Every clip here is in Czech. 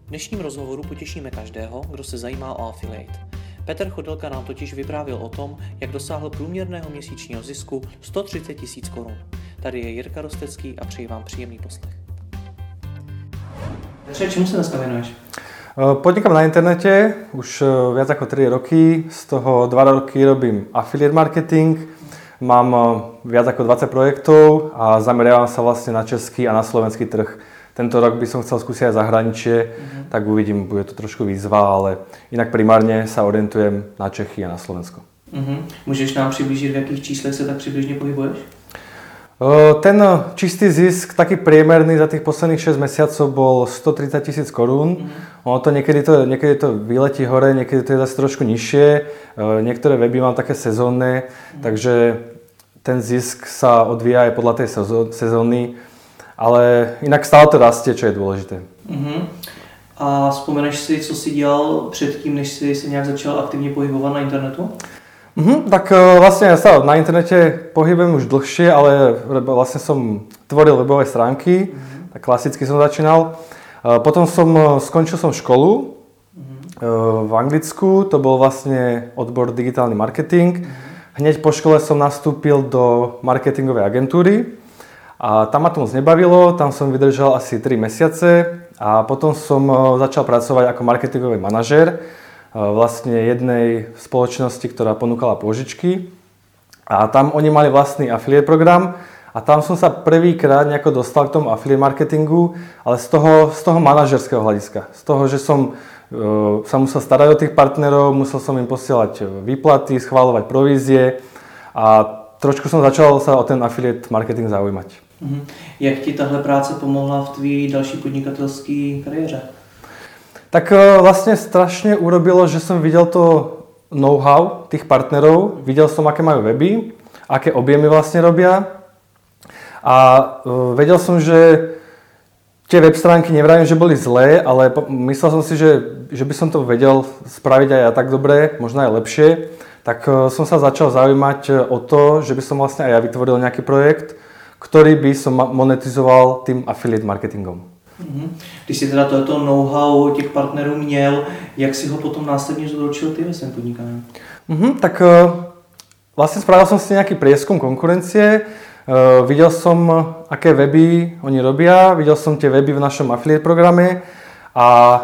dnešním rozhovoru potěšíme každého, kdo se zajímá o affiliate. Petr Chodilka nám totiž vyprávěl o tom, jak dosáhl průměrného měsíčního zisku 130 000 korun. Tady je Jirka Rostecký a přeji vám příjemný poslech. Petře, čemu se dneska věnuješ? Podnikám na internete už viac ako 3 roky, z toho 2 roky robím affiliate marketing, mám viac ako 20 projektov a zameriavam sa vlastne na český a na slovenský trh. Tento rok by som chcel skúsiť aj zahraničie, tak uvidím, bude to trošku výzva, ale inak primárne sa orientujem na Čechy a na Slovensko. Můžeš nám přiblížit, v jakých číslech se tak přibližně pohybuješ? Ten čistý zisk, taký priemerný za tých posledných 6 mesiacov bol 130 000 korún. Ono to niekedy to vyletí hore, niekedy to je zase trošku nižšie. Niektoré weby mám také sezónne, takže ten zisk sa odvíja aj podľa tej sezóny. Ale jinak stále to rastie, čo je dôležité. A vzpomeneš si, co jsi dělal předtím, než jsi se nějak začal aktivně pohybovat na internetu? Tak vlastne ja sa na internete pohybujem už dlhšie, ale vlastne som tvoril webové stránky, tak klasicky som začínal. Potom skončil som školu v Anglicku, to bol vlastne odbor digitálny marketing. Hneď po škole som nastúpil do marketingovej agentúry a tam ma to moc nebavilo, tam som vydržal asi 3 mesiace a potom som začal pracovať ako marketingový manažér vlastne jednej spoločnosti, ktorá ponúkala pôžičky a tam oni mali vlastný affiliate program a tam som sa prvýkrát nejako dostal k tomu affiliate marketingu, ale z toho manažerského hľadiska. Z toho, že som sa musel starať o tých partnerov, musel som im posielať výplaty, schváľovať provízie a trošku som začal sa o ten affiliate marketing zaujímať. Jak ti tahle práce pomohla v tvý další podnikatelské kariéře? Tak vlastne strašne urobilo, že som videl to know-how tých partnerov, videl som, aké majú weby, aké objemy vlastne robia a vedel som, že tie web stránky nevravím, že boli zlé, ale myslel som si, že by som to vedel spraviť aj ja tak dobre, možno aj lepšie, tak som sa začal zaujímať o to, že by som vlastne aj ja vytvoril nejaký projekt, ktorý by som monetizoval tým affiliate marketingom. Když jsi teda toto know-how těch partnerů měl, jak si ho potom následně zúročil ty ve svém podnikání? Tak vlastne spravil som si nejaký prieskum konkurencie, videl som, aké weby oni robia, videl som tie weby v našom affiliate programe a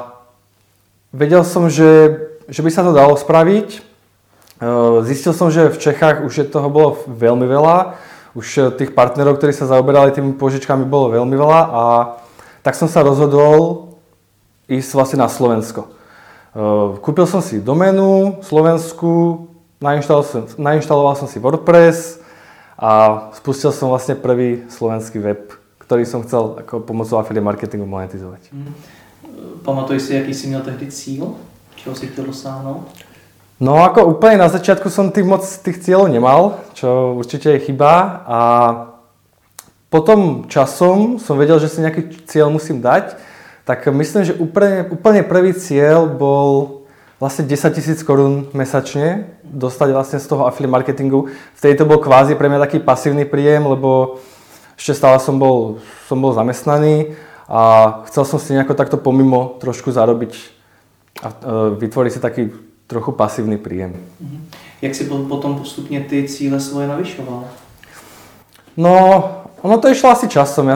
vedel som, že by sa to dalo spraviť. Zistil som, že v Čechách už toho bolo veľmi veľa, už tých partnerov, ktorí sa zaoberali tými pôžičkami, bolo veľmi veľa a tak som sa rozhodol ísť vlastne na Slovensko. Kúpil som si doménu Slovensku, nainštaloval som si WordPress a spustil som vlastne prvý slovenský web, ktorý som chcel ako pomocou affiliate marketingu monetizovať. Pamatuješ si, jaký si měl tehdy cíl? Čeho si chtěl dosáhnout? No ako úplne na začiatku som moc tých cieľov nemal, čo určite je chyba a potom časom som vedel, že si nejaký cieľ musím dať, tak myslím, že úplne prvý cieľ bol vlastne 10 000 korún mesačne dostať vlastne z toho affiliate marketingu. Vtedy to bol kvázi pre mňa taký pasívny príjem, lebo ešte stále som bol zamestnaný a chcel som si nejako takto pomimo trošku zarobiť a vytvoriť si taký trochu pasívny príjem. Jak si potom postupne ty cíle svoje navyšoval? No, ono to išlo asi časom.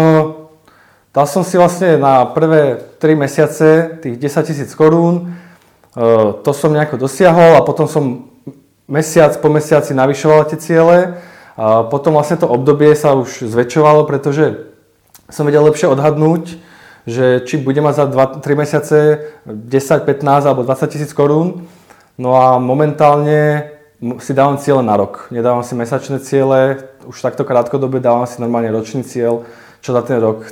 Dal som si vlastne na prvé 3 mesiace tých 10 000 korún. To som nejako dosiahol a potom som mesiac po mesiaci navyšoval tie ciele. A potom vlastne to obdobie sa už zväčšovalo, pretože som vedel lepšie odhadnúť, že či bude mať za 2-3 mesiace 10, 15 alebo 20 000 korún. No a momentálne si dávam ciele na rok. Nedávam si mesačné ciele, už takto krátkodobé dávam si normálne ročný cieľ, čo za ten rok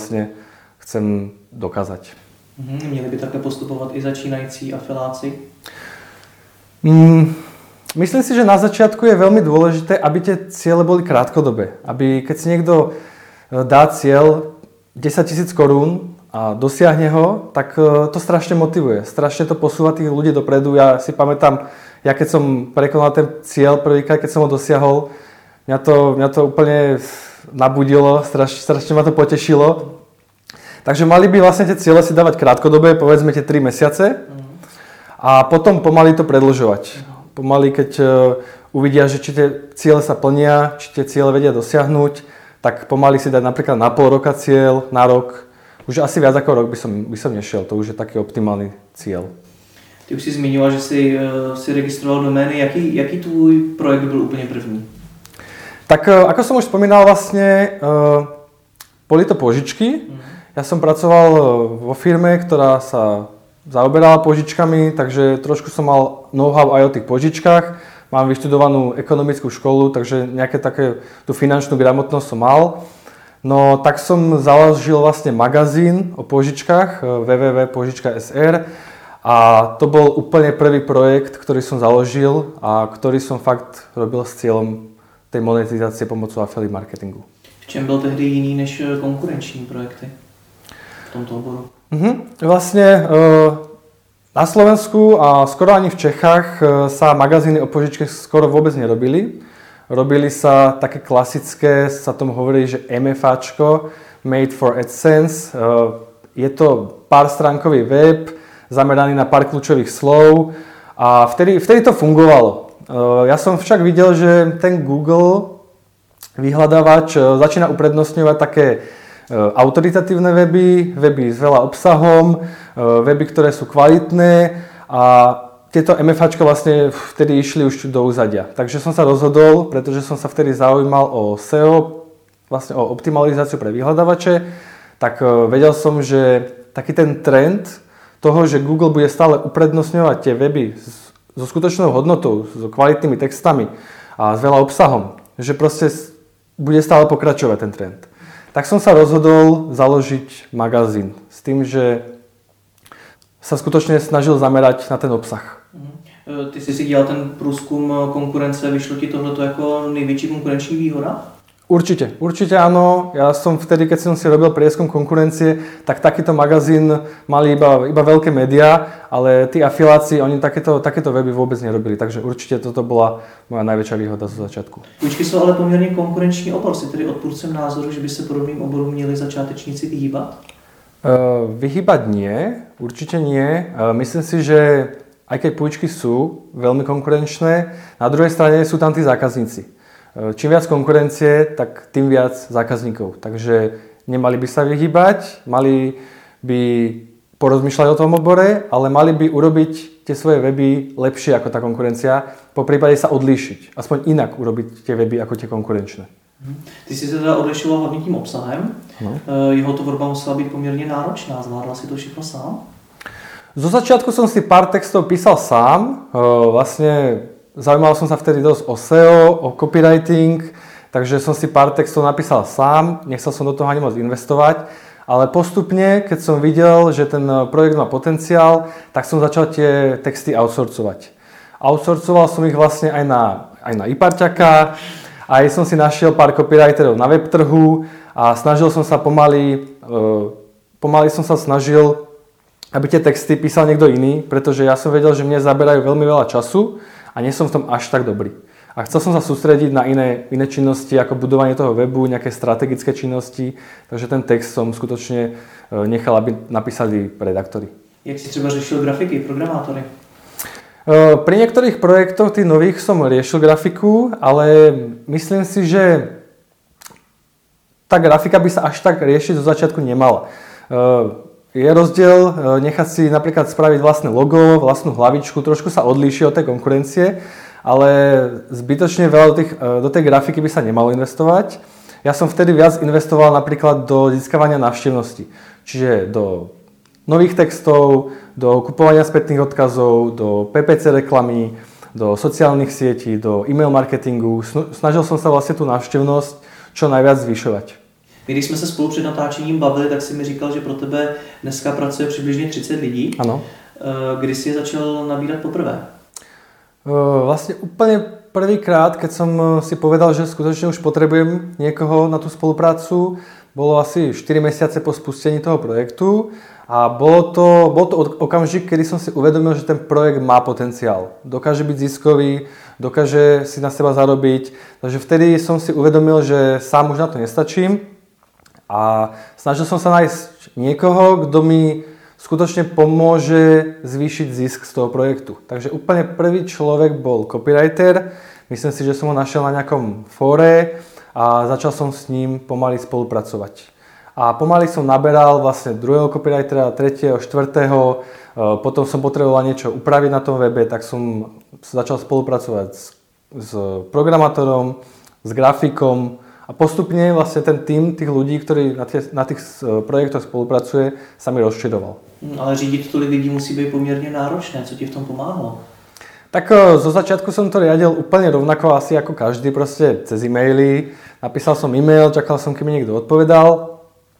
chcem dokázať. Měli by takhle postupovat i začínající afiláci? Myslím si, že na začiatku je veľmi dôležité, aby tie ciele boli krátkodobé. Aby keď si niekto dá cieľ 10 000 korún a dosiahne ho, tak to strašne motivuje. Strašne to posúva tých ľudí dopredu. Ja si pamätám, ja keď som prekonal ten cieľ prvýkrát, keď som ho dosiahol, mňa to úplne nabudilo, strašne ma to potešilo. Takže mali by vlastne tie ciele si dávať krátkodobé, povedzme tie 3 mesiace a potom pomaly to predĺžovať. Pomaly, keď uvidia, že či tie ciele sa plnia, či tie ciele vedia dosiahnuť, tak pomaly si dať napríklad na pol roka cieľ, na rok. Už asi viac ako rok by som nešiel, to už je taký optimálny cieľ. Ty už si zmiňoval, že si registroval domény. Jaký tvůj projekt byl úplně první? Tak ako som už spomínal, vlastne boli to požičky. Ja som pracoval vo firme, ktorá sa zaoberala požičkami, takže trošku som mal know-how aj o tých požičkách. Mám vyštudovanú ekonomickú školu, takže nejaké také tú finančnú gramotnosť som mal. No tak som založil vlastne magazín o požičkách www.požička.sr a to bol úplne prvý projekt, ktorý som založil a ktorý som fakt robil s cieľom tej monetizácie pomocou affiliate marketingu. V čem byl tehdy jiný než konkurenční projekty v tomto oboru? Vlastne na Slovensku a skoro ani v Čechách sa magazíny o požičke skoro vôbec nerobili. Robili sa také klasické, sa tomu hovorí, že MFAčko, Made for AdSense. Je to pár stránkový web, zameraný na pár kľúčových slov a vtedy to fungovalo. Ja som však videl, že ten Google vyhľadávač začína uprednostňovať také autoritatívne weby s veľa obsahom, weby, ktoré sú kvalitné a tieto MFAčka vlastne vtedy išli už do úzadia. Takže som sa rozhodol, pretože som sa vtedy zaujímal o SEO, vlastne o optimalizáciu pre vyhľadávače, tak vedel som, že taký ten trend toho, že Google bude stále uprednostňovať tie weby so skutočnou hodnotou, so kvalitnými textami a s veľa obsahom, že proste bude stále pokračovať ten trend. Tak som sa rozhodol založiť magazín s tým, že sa skutočne snažil zamerať na ten obsah. Ty jsi si dělal ten průzkum konkurence, vyšlo ti tohleto jako největší konkurenční výhoda? Určite áno. Ja som vtedy, keď som si robil prieskum konkurencie, tak takýto magazín mali iba veľké médiá, ale tí afiláci, oni takéto weby vôbec nerobili. Takže určite toto bola moja najväčšia výhoda zo začiatku. Půjčky jsou ale poměrně konkurenční obor. Jsi tedy odpůrcem názoru, že by se podobným oborům měli začátečníci vyhýbat? Vyhýbať nie, určite nie. Myslím si, že aj keď pôjčky sú veľmi konkurenčné, na druhej strane sú tam tí zákazníci. Čím viac konkurencie, tak tým viac zákazníkov. Takže nemali by sa vyhýbať, mali by porozmýšľať o tom obore, ale mali by urobiť tie svoje weby lepšie ako tá konkurencia, po prípade sa odlíšiť. Aspoň inak urobiť tie weby ako tie konkurenčné. Ty jsi se teda odlišoval hlavně tím obsahem. No. Jeho tvorba musela být poměrně náročná. Zvládla si to všechno sám? Zo začiatku som si pár textov písal sám. Vlastne zaujímal som sa vtedy dosť o SEO, o copywriting, takže som si pár textov napísal sám, nechcel som do toho ani moc investovať, ale postupne, keď som videl, že ten projekt má potenciál, tak som začal tie texty outsourcovať. Outsourcoval som ich vlastne aj na iParťaka, aj som si našiel pár copywriterov na web trhu a snažil som sa pomaly som sa snažil, aby tie texty písal niekto iný, pretože ja som vedel, že mne zaberajú veľmi veľa času a nie som v tom až tak dobrý. A chcel som sa sústrediť na iné činnosti, ako budovanie toho webu, nejaké strategické činnosti, takže ten text som skutočne nechal, aby napísali redaktori. Jak si třeba řešil grafiky, programátory? Pri niektorých projektoch tých nových som riešil grafiku, ale myslím si, že tá grafika by sa až tak riešiť zo začiatku nemala. Je rozdiel nechať si napríklad spraviť vlastné logo, vlastnú hlavičku, trošku sa odlíši od tej konkurencie, ale zbytočne veľa do tej grafiky by sa nemalo investovať. Ja som vtedy viac investoval napríklad do získavania návštevnosti, čiže do nových textov, do kupovania spätných odkazov, do PPC reklamy, do sociálnych sietí, do e-mail marketingu. Snažil som sa vlastne tú návštevnosť čo najviac zvyšovať. Když jsme se spolu před natáčením bavili, tak si mi říkal, že pro tebe dneska pracuje přibližně 30 lidí. Ano. Kdy jsi je začal nabírat poprvé? Vlastne úplne prvýkrát, keď som si povedal, že skutočne už potrebujem niekoho na tú spoluprácu, bolo asi 4 mesiace po spustení toho projektu a bol to okamžik, kedy som si uvedomil, že ten projekt má potenciál. Dokáže byť ziskový, dokáže si na seba zarobiť, takže vtedy som si uvedomil, že sám už na to nestačím A snažil som sa nájsť niekoho, kto mi skutočne pomôže zvýšiť zisk z toho projektu. Takže úplne prvý človek bol copywriter. Myslím si, že som ho našiel na nejakom fóre a začal som s ním pomaly spolupracovať. A pomaly som naberal vlastne druhého copywritera, tretieho, štvrtého. Potom som potreboval niečo upraviť na tom webe, tak som začal spolupracovať s programátorom, s grafikom a postupne vlastne ten tým tých ľudí, ktorí na tých projektoch spolupracuje, sa mi rozširoval. Ale řídit tolik lidí musí být poměrně náročné. Co ti v tom pomáhalo? Tak zo začiatku som to riadil úplne rovnako asi ako každý, proste cez e-maily. Napísal som e-mail, čakal som, kým mi niekto odpovedal.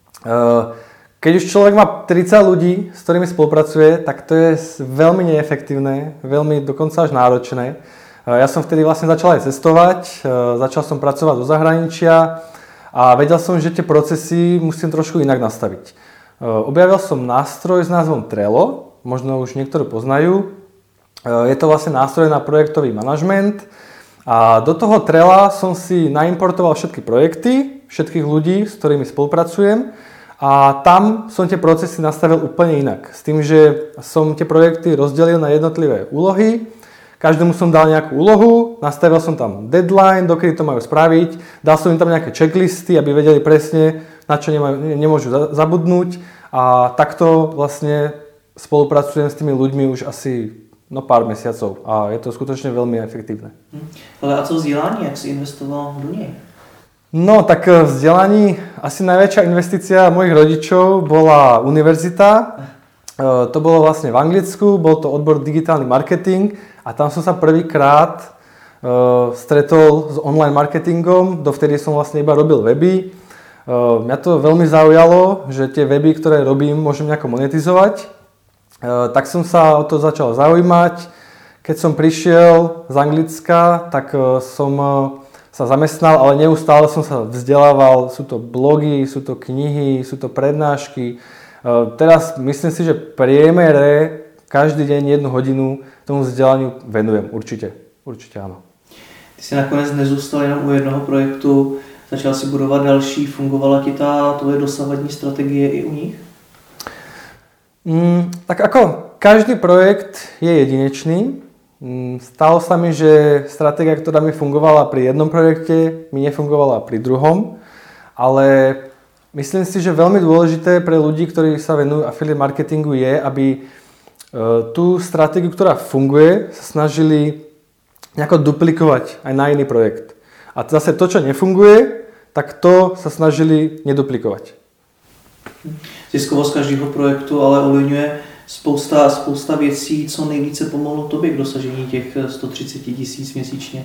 Keď už človek má 30 ľudí, s ktorými spolupracuje, tak to je veľmi neefektívne, veľmi dokonca až náročné. Ja som vtedy vlastne začal aj cestovať, začal som pracovať do zahraničia a vedel som, že tie procesy musím trošku inak nastaviť. Objavil som nástroj s názvom Trello, možno už niektorí poznajú. Je to vlastne nástroj na projektový manažment a do toho Trella som si naimportoval všetky projekty, všetkých ľudí, s ktorými spolupracujem a tam som tie procesy nastavil úplne inak. S tým, že som tie projekty rozdelil na jednotlivé úlohy. Každému som dal nejakú úlohu, nastavil som tam deadline, dokedy to majú spraviť, dal som im tam nejaké checklisty, aby vedeli presne, na čo nemôžu zabudnúť a takto vlastne spolupracujem s tými ľuďmi už asi pár mesiacov a je to skutočne veľmi efektívne. Ale a co vzdělání, jak si investoval do něj? No tak vzdelaní, asi najväčšia investícia mojich rodičov bola univerzita. To bolo vlastne v Anglicku, bol to odbor digitálny marketing a tam som sa prvýkrát stretol s online marketingom, dovtedy som vlastne iba robil weby. Mňa to veľmi zaujalo, že tie weby, ktoré robím, môžem nejako monetizovať. Tak som sa o to začal zaujímať. Keď som prišiel z Anglicka, tak som sa zamestnal, ale neustále som sa vzdelával. Sú to blogy, sú to knihy, sú to prednášky. Teraz myslím si, že priemere každý deň 1 hodinu tomu vzdelaniu venujem. Určite áno. Ty si nakonec nezůstal jenom u jednoho projektu, začal si budovat další, fungovala ti ta tvoje dosavadní strategie i u nich? Tak ako každý projekt je jedinečný. Stalo sa mi, že stratégia, ktorá mi fungovala pri jednom projekte, mi nefungovala pri druhom, ale myslím si, že veľmi dôležité pre ľudí, ktorí sa venujú affiliate marketingu je, aby tú stratégiu, ktorá funguje, sa snažili nejako duplikovať aj na iný projekt. A zase to, čo nefunguje, tak to sa snažili neduplikovať. Ziskovost každého projektu ale ovlivňuje spousta věcí, co nejvíce pomohlo tobě k dosažení těch 130 000 měsíčně.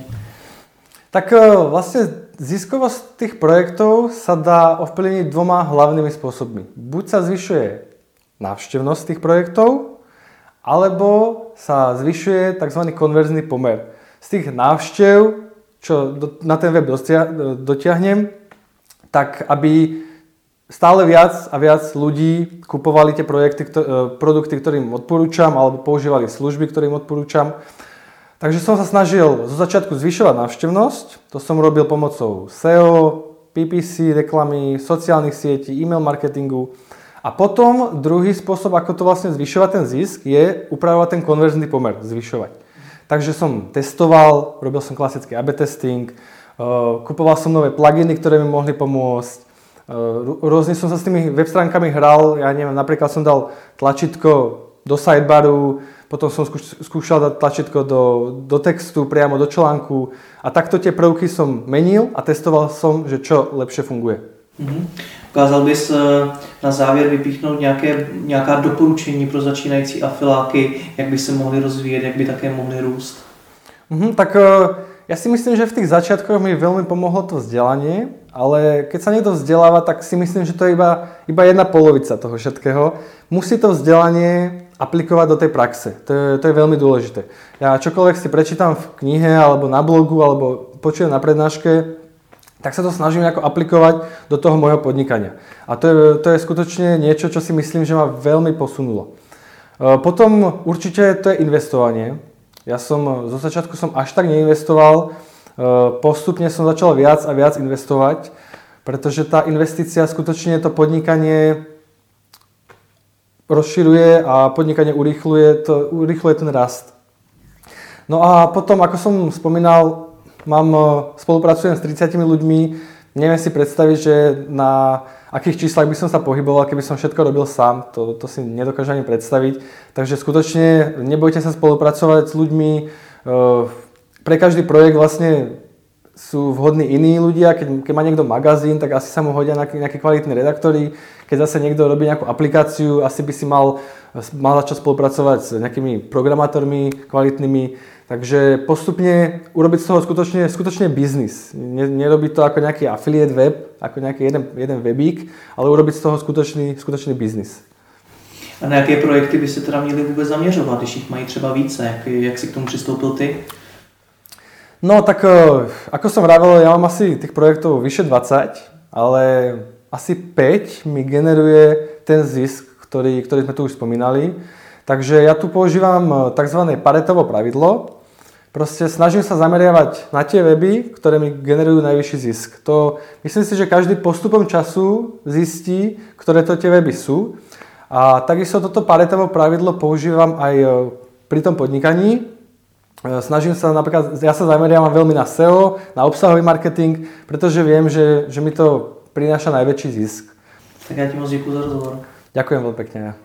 Tak vlastne ziskovosť tých projektov sa dá ovplyvniť 2 hlavnými spôsobmi. Buď sa zvyšuje návštevnosť tých projektov, alebo sa zvyšuje tzv. Konverzný pomer. Z tých návštev, čo na ten web dotiahnem, tak aby stále viac a viac ľudí kupovali tie produkty, ktorým odporúčam, alebo používali služby, ktorým odporúčam. Takže som sa snažil zo začiatku zvyšovať návštevnosť. To som robil pomocou SEO, PPC, reklamy, sociálnych sietí, e-mail marketingu. A potom druhý spôsob, ako to vlastne zvyšovať ten zisk, je upravovať ten konverzný pomer, zvyšovať. Takže som testoval, robil som klasický A/B testing, kupoval som nové pluginy, ktoré mi mohli pomôcť. Rôzne som sa s tými web stránkami hral, ja neviem, napríklad som dal tlačítko do sidebaru, potom som skúšal dať tlačítko do textu, priamo do článku a takto tie prvky som menil a testoval som, že čo lepšie funguje. Ukázal bys na závěr vypíchnout nějaká doporučení pro začínající afiláky, jak by se mohli rozvíjet, jak by také mohli růst? Tak ja si myslím, že v tých začiatkoch mi veľmi pomohlo to vzdelanie, ale keď sa niekto vzdeláva, tak si myslím, že to je iba jedna polovica toho všetkého. Musí to vzdelanie aplikovať do tej praxe. To je veľmi dôležité. Ja čokoľvek si prečítam v knihe, alebo na blogu, alebo počujem na prednáške, tak sa to snažím nejako aplikovať do toho môjho podnikania. A to je skutočne niečo, čo si myslím, že ma veľmi posunulo. Potom určite to je investovanie. Ja zo začiatku som až tak neinvestoval, postupne som začal viac a viac investovať. pretože tá investícia skutočne to podnikanie rozširuje a podnikanie urýchľuje ten rast. No a potom, ako som spomínal, spolupracujem s 30 ľuďmi, neviem si predstaviť, že na akých číslach by som sa pohyboval, keby som všetko robil sám, to si nedokážem ani predstaviť. Takže skutočne nebojte sa spolupracovať s ľuďmi. Pre každý projekt vlastne sú vhodní iní ľudia. Keď má niekto magazín, tak asi sa mu hodia nejakí kvalitní redaktori. Keď zase niekto robí nejakú aplikáciu, asi by si mal začať spolupracovať s nejakými programátormi kvalitnými. Takže postupne urobiť z toho skutočne biznis. Nerobiť to ako nejaký affiliate web, ako nejaký jeden webík, ale urobiť z toho skutočný biznis. A na jaké projekty by se teda měli vůbec zaměřovat, když jich mají třeba více? Jak si k tomu přistoupil ty? No tak ako som vravel, ja mám asi tých projektov vyše 20, ale asi 5 mi generuje ten zisk, ktorý sme tu už spomínali. Takže ja tu používam tzv. Paretovo pravidlo. Proste snažím sa zameriavať na tie weby, ktoré mi generujú najvyšší zisk. Myslím si, že každý postupom času zistí, ktoré to tie weby sú. A takisto toto Paretovo pravidlo používam aj pri tom podnikaní. Snažím sa napríklad, ja sa zameriavam veľmi na SEO, na obsahový marketing, pretože viem, že mi to prináša najväčší zisk. Tak ja ti moc děkuji za rozhovor. Ďakujem veľmi pekne.